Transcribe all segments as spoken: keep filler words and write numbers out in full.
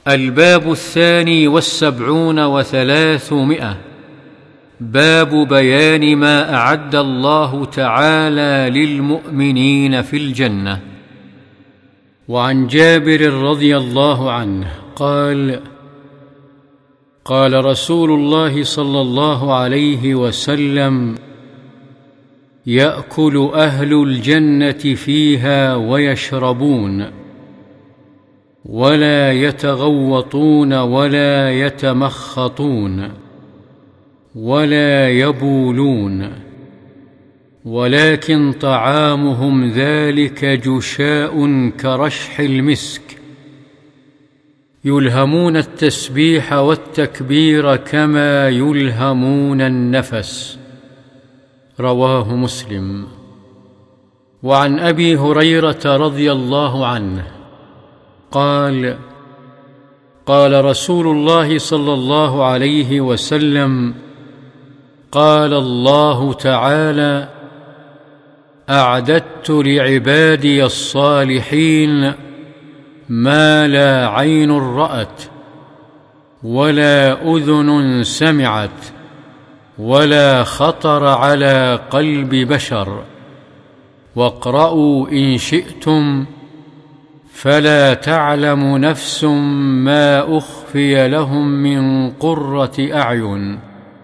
الباب الثاني والسبعون وثلاثمائة. باب بيان ما أعد الله تعالى للمؤمنين في الجنة. وعن جابر رضي الله عنه قال: قال رسول الله صلى الله عليه وسلم: يأكل أهل الجنة فيها ويشربون، ولا يتغوطون ولا يتمخطون ولا يبولون، ولكن طعامهم ذلك جشاء كرشح المسك، يلهمون التسبيح والتكبير كما يلهمون النفس. رواه مسلم. وعن أبي هريرة رضي الله عنه قال: قال رسول الله صلى الله عليه وسلم: قال الله تعالى: أعددت لعبادي الصالحين ما لا عين رأت ولا أذن سمعت ولا خطر على قلب بشر. واقرأوا إن شئتم: فلا تعلم نفس ما أخفي لهم من قرة أعين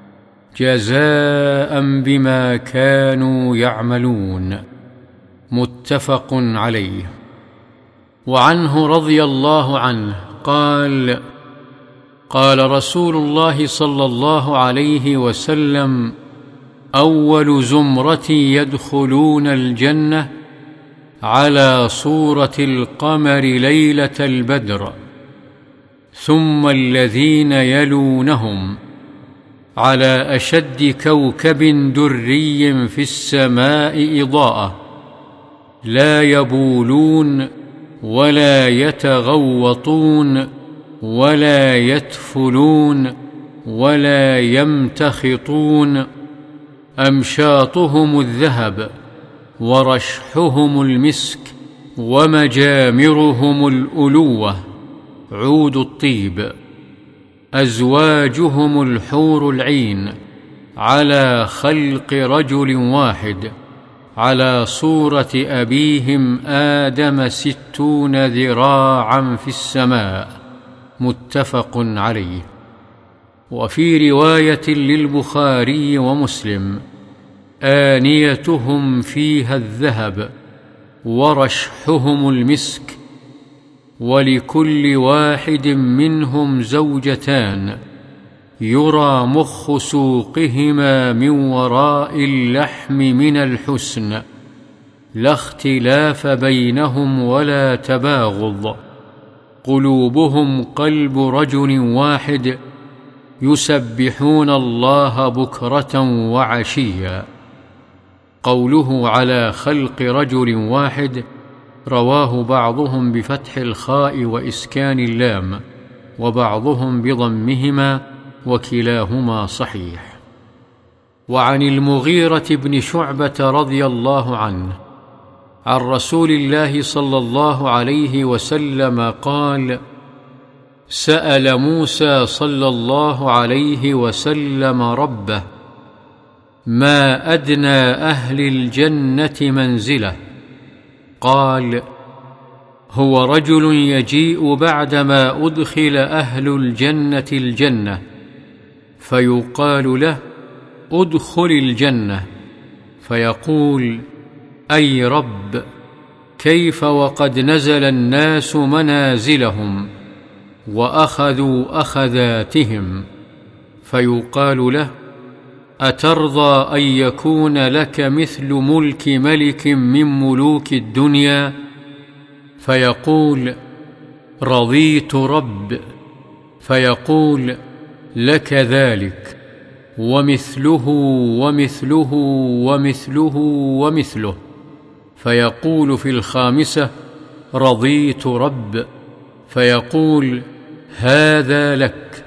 جزاء بما كانوا يعملون. متفق عليه. وعنه رضي الله عنه قال: قال رسول الله صلى الله عليه وسلم: أول زمرة يدخلون الجنة على صورة القمر ليلة البدر، ثم الذين يلونهم على أشد كوكب دري في السماء إضاءة، لا يبولون ولا يتغوطون ولا يتفلون ولا يمتخطون، أمشاطهم الذهب ورشحهم المسك ومجامرهم الألوة عود الطيب، أزواجهم الحور العين على خلق رجل واحد على صورة أبيهم آدم ستون ذراعا في السماء. متفق عليه. وفي رواية للبخاري ومسلم: آنيتهم فيها الذهب ورشحهم المسك، ولكل واحد منهم زوجتان يرى مخ سوقهما من وراء اللحم من الحسن، لا اختلاف بينهم ولا تباغض، قلوبهم قلب رجل واحد يسبحون الله بكرة وعشيا. قوله على خلق رجل واحد رواه بعضهم بفتح الخاء وإسكان اللام، وبعضهم بضمهما، وكلاهما صحيح. وعن المغيرة بن شعبة رضي الله عنه عن رسول الله صلى الله عليه وسلم قال: سأل موسى صلى الله عليه وسلم ربه: ما أدنى أهل الجنة منزله؟ قال: هو رجل يجيء بعدما أدخل أهل الجنة الجنة، فيقال له: أدخل الجنة، فيقول: أي رب، كيف وقد نزل الناس منازلهم وأخذوا أخذاتهم؟ فيقال له: أترضى أن يكون لك مثل ملك ملك من ملوك الدنيا؟ فيقول: رضيت رب. فيقول: لك ذلك ومثله ومثله ومثله ومثله. فيقول في الخامسة: رضيت رب. فيقول: هذا لك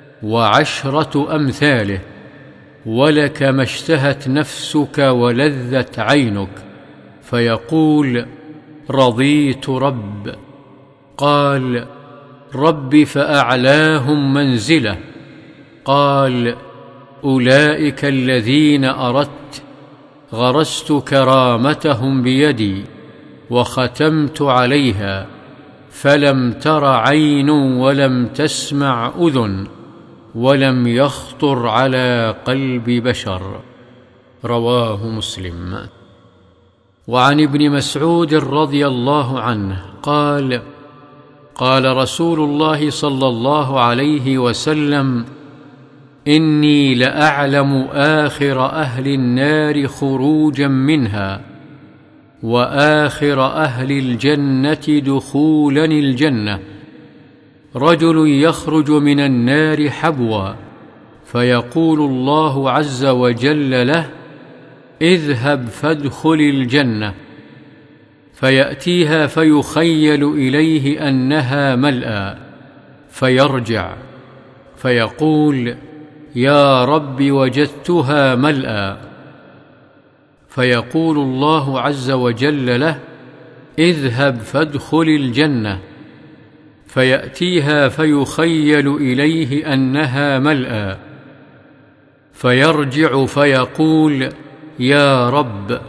وعشرة أمثاله، ولك ما اشتهت نفسك ولذت عينك. فيقول: رضيت رب. قال: رب فأعلاهم منزلة. قال: أولئك الذين أردت، غرست كرامتهم بيدي وختمت عليها، فلم تر عين ولم تسمع أذن ولم يخطر على قلب بشر. رواه مسلم. وعن ابن مسعود رضي الله عنه قال: قال رسول الله صلى الله عليه وسلم: إني لأعلم آخر أهل النار خروجا منها وآخر أهل الجنة دخولا الجنة، رجل يخرج من النار حبوا، فيقول الله عز وجل له: اذهب فادخل الجنة، فيأتيها فيخيل إليه أنها ملأى، فيرجع فيقول: يا رب وجدتها ملأى، فيقول الله عز وجل له: اذهب فادخل الجنة، فيأتيها فيخيل إليه أنها ملأى، فيرجع فيقول: يا رب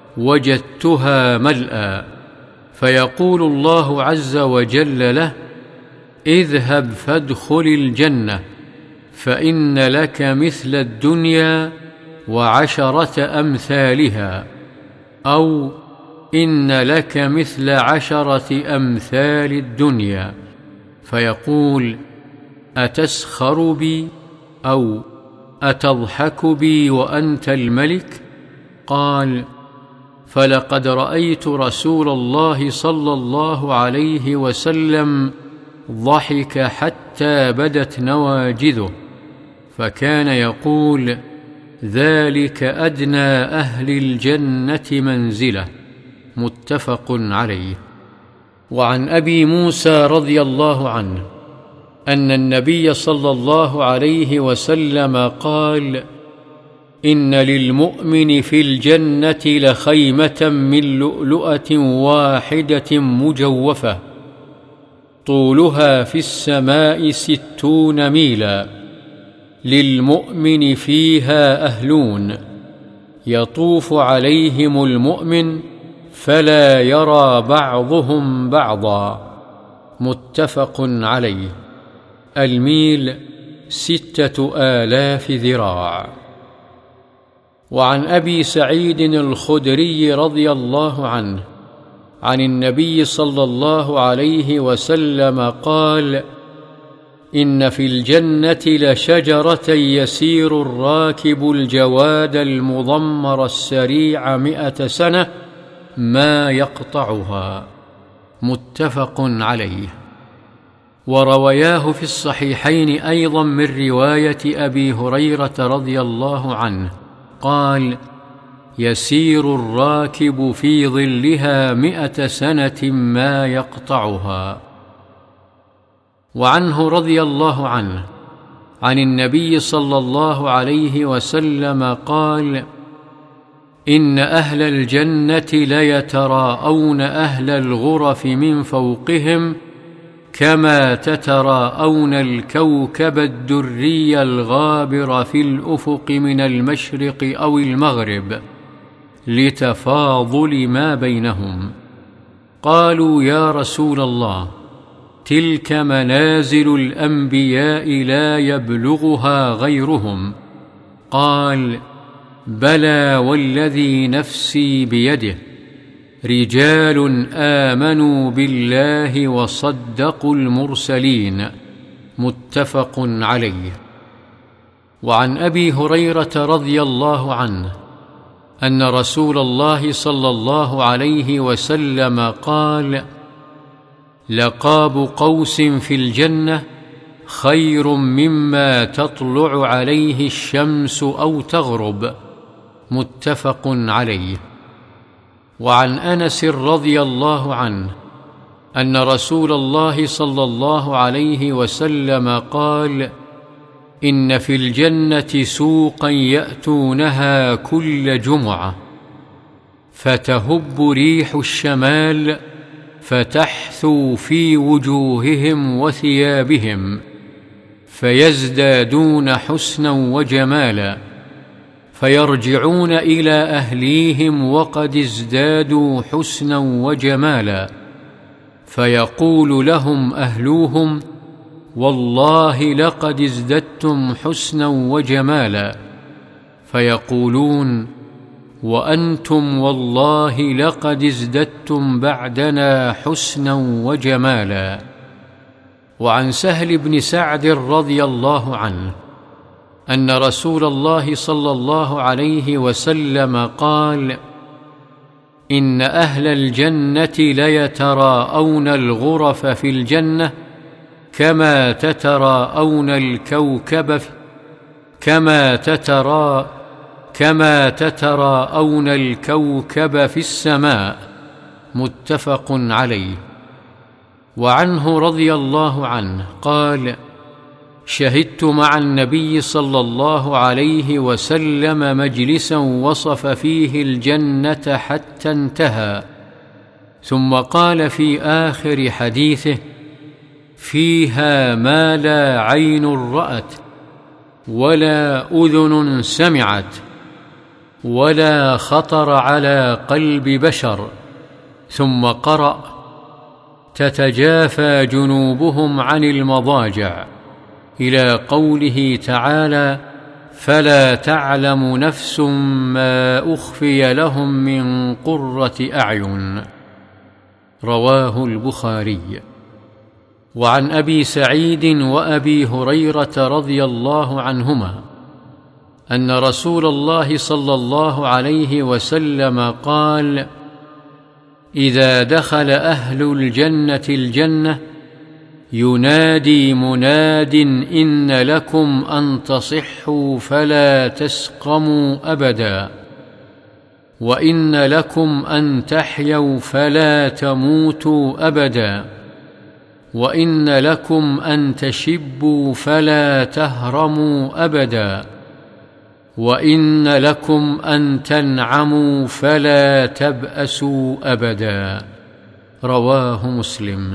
وجدتها ملأى، فيقول الله عز وجل له: اذهب فادخل الجنة، فإن لك مثل الدنيا وعشرة أمثالها، أو إن لك مثل عشرة أمثال الدنيا. فيقول: أتسخر بي؟ أو أتضحك بي وأنت الملك؟ قال: فلقد رأيت رسول الله صلى الله عليه وسلم ضحك حتى بدت نواجذه، فكان يقول: ذلك أدنى أهل الجنة منزلة. متفق عليه. وعن أبي موسى رضي الله عنه أن النبي صلى الله عليه وسلم قال: إن للمؤمن في الجنة لخيمة من لؤلؤة واحدة مجوفة، طولها في السماء ستون ميلا، للمؤمن فيها أهلون، يطوف عليهم المؤمن فلا يرى بعضهم بعضا. متفق عليه. الميل ستة آلاف ذراع. وعن أبي سعيد الخدري رضي الله عنه عن النبي صلى الله عليه وسلم قال: إن في الجنة لشجرة يسير الراكب الجواد المضمر السريع مئة سنة ما يقطعها. متفق عليه. وروياه في الصحيحين أيضا من رواية أبي هريرة رضي الله عنه قال: يسير الراكب في ظلها مئة سنة ما يقطعها. وعنه رضي الله عنه عن النبي صلى الله عليه وسلم قال: إن أهل الجنة ليتراءون أهل الغرف من فوقهم كما تتراءون الكوكب الدري الغابر في الأفق من المشرق أو المغرب، لتفاضل ما بينهم. قالوا: يا رسول الله، تلك منازل الأنبياء لا يبلغها غيرهم. قال: بلى والذي نفسي بيده، رجال آمنوا بالله وصدقوا المرسلين. متفق عليه. وعن أبي هريرة رضي الله عنه أن رسول الله صلى الله عليه وسلم قال: لقاب قوس في الجنة خير مما تطلع عليه الشمس أو تغرب. متفق عليه. وعن أنس رضي الله عنه أن رسول الله صلى الله عليه وسلم قال: إن في الجنة سوقا يأتونها كل جمعة، فتهب ريح الشمال فتحثو في وجوههم وثيابهم فيزدادون حسنا وجمالا، فيرجعون إلى أهليهم وقد ازدادوا حسنا وجمالا، فيقول لهم أهلوهم: والله لقد ازددتم حسنا وجمالا، فيقولون: وأنتم والله لقد ازددتم بعدنا حسنا وجمالا. وعن سهل بن سعد رضي الله عنه أن رسول الله صلى الله عليه وسلم قال: إن أهل الجنة ليتراءون الغرف في الجنة كما تتراءون الكوكب كما تترا كما تتراءون الكوكب في السماء، متفق عليه. وعنه رضي الله عنه قال: شهدت مع النبي صلى الله عليه وسلم مجلسا وصف فيه الجنة حتى انتهى، ثم قال في آخر حديثه: فيها ما لا عين رأت ولا أذن سمعت ولا خطر على قلب بشر. ثم قرأ: تتجافى جنوبهم عن المضاجع، إلى قوله تعالى: فلا تعلم نفس ما أخفي لهم من قرة أعين. رواه البخاري. وعن أبي سعيد وأبي هريرة رضي الله عنهما أن رسول الله صلى الله عليه وسلم قال: إذا دخل أهل الجنة الجنة ينادي مناد: إن لكم أن تصحوا فلا تسقموا أبدا، وإن لكم أن تحيوا فلا تموتوا أبدا، وإن لكم أن تشبوا فلا تهرموا أبدا، وإن لكم أن تنعموا فلا تبأسوا أبدا. رواه مسلم.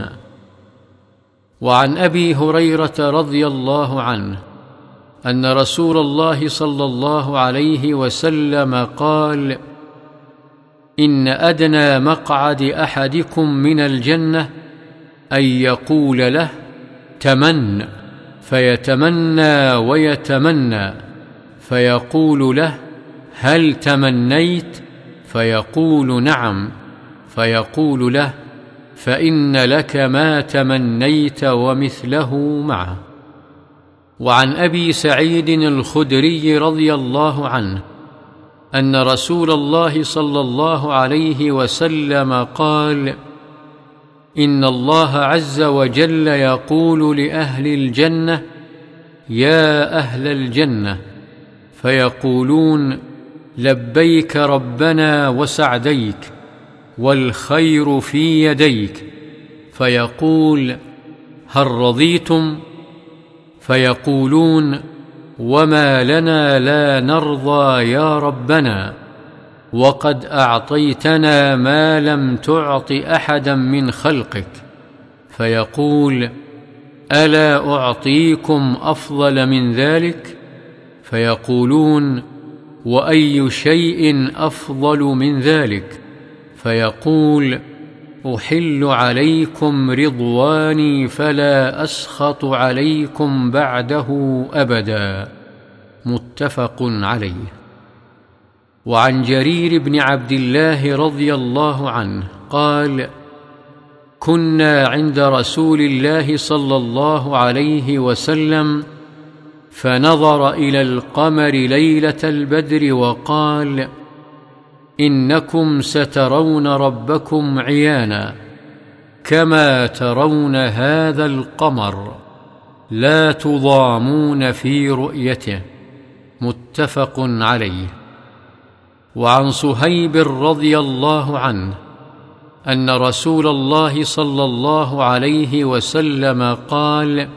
وعن أبي هريرة رضي الله عنه أن رسول الله صلى الله عليه وسلم قال: إن أدنى مقعد أحدكم من الجنة أن يقول له: تمن، فيتمنى ويتمنى، فيقول له: هل تمنيت؟ فيقول: نعم، فيقول له: فإن لك ما تمنيت ومثله معه. وعن أبي سعيد الخدري رضي الله عنه أن رسول الله صلى الله عليه وسلم قال: إن الله عز وجل يقول لأهل الجنة: يا أهل الجنة، فيقولون: لبيك ربنا وسعديك، والخير في يديك. فيقول: هل رضيتم؟ فيقولون: وما لنا لا نرضى يا ربنا، وقد أعطيتنا ما لم تعط أحدا من خلقك. فيقول: ألا أعطيكم أفضل من ذلك؟ فيقولون: وأي شيء أفضل من ذلك؟ فيقول: أحل عليكم رضواني فلا أسخط عليكم بعده أبدا. متفق عليه. وعن جرير بن عبد الله رضي الله عنه قال: كنا عند رسول الله صلى الله عليه وسلم فنظر إلى القمر ليلة البدر وقال: إنكم سترون ربكم عيانا كما ترون هذا القمر، لا تضامون في رؤيته. متفق عليه. وعن صهيب رضي الله عنه أن رسول الله صلى الله عليه وسلم قال: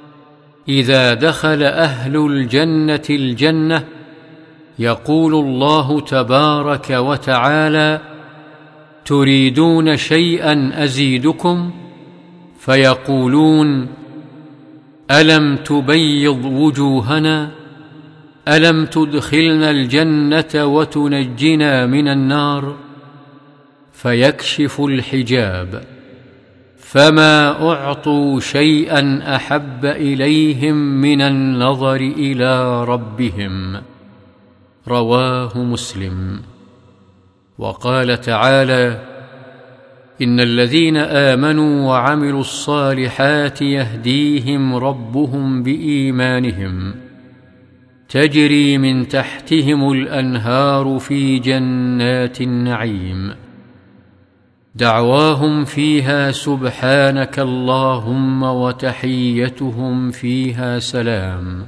إذا دخل أهل الجنة الجنة يقول الله تبارك وتعالى: تريدون شيئا أزيدكم؟ فيقولون: ألم تبيض وجوهنا؟ ألم تدخلنا الجنة وتنجنا من النار؟ فيكشف الحجاب، فما أعطوا شيئا أحب إليهم من النظر إلى ربهم. رواه مسلم. وقال تعالى: إن الذين آمنوا وعملوا الصالحات يهديهم ربهم بإيمانهم تجري من تحتهم الأنهار في جنات النعيم دعواهم فيها سبحانك اللهم وتحيتهم فيها سلام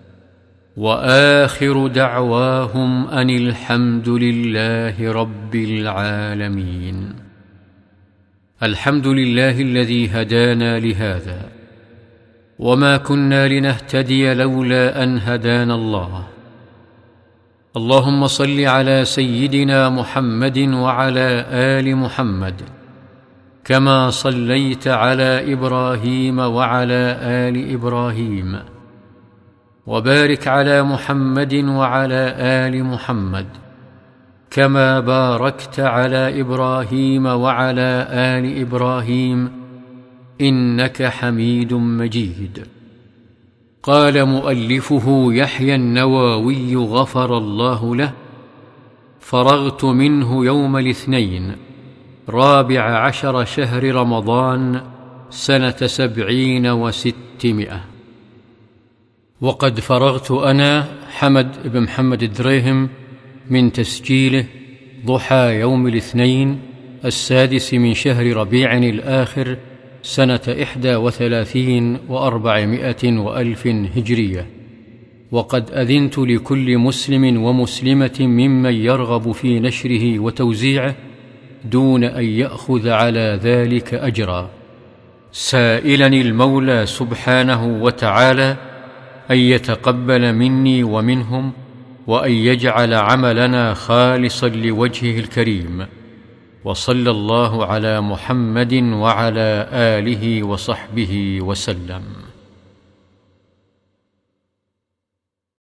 وآخر دعواهم أن الحمد لله رب العالمين. الحمد لله الذي هدانا لهذا، وما كنا لنهتدي لولا أن هدانا الله. اللهم صل على سيدنا محمد وعلى آل محمد كما صليت على إبراهيم وعلى آل إبراهيم، وبارك على محمد وعلى آل محمد كما باركت على إبراهيم وعلى آل إبراهيم إنك حميد مجيد. قال مؤلفه يحيى النووي غفر الله له: فرغت منه يوم الاثنين رابع عشر شهر رمضان سنة سبعين وستمائة. وقد فرغت أنا حمد بن محمد الدريهم من تسجيله ضحى يوم الاثنين السادس من شهر ربيع الآخر سنة إحدى وثلاثين وأربعمائة وألف هجرية. وقد أذنت لكل مسلم ومسلمة ممن يرغب في نشره وتوزيعه دون أن يأخذ على ذلك أجرا، سائلا المولى سبحانه وتعالى أن يتقبل مني ومنهم، وأن يجعل عملنا خالصا لوجهه الكريم. وصلى الله على محمد وعلى آله وصحبه وسلم.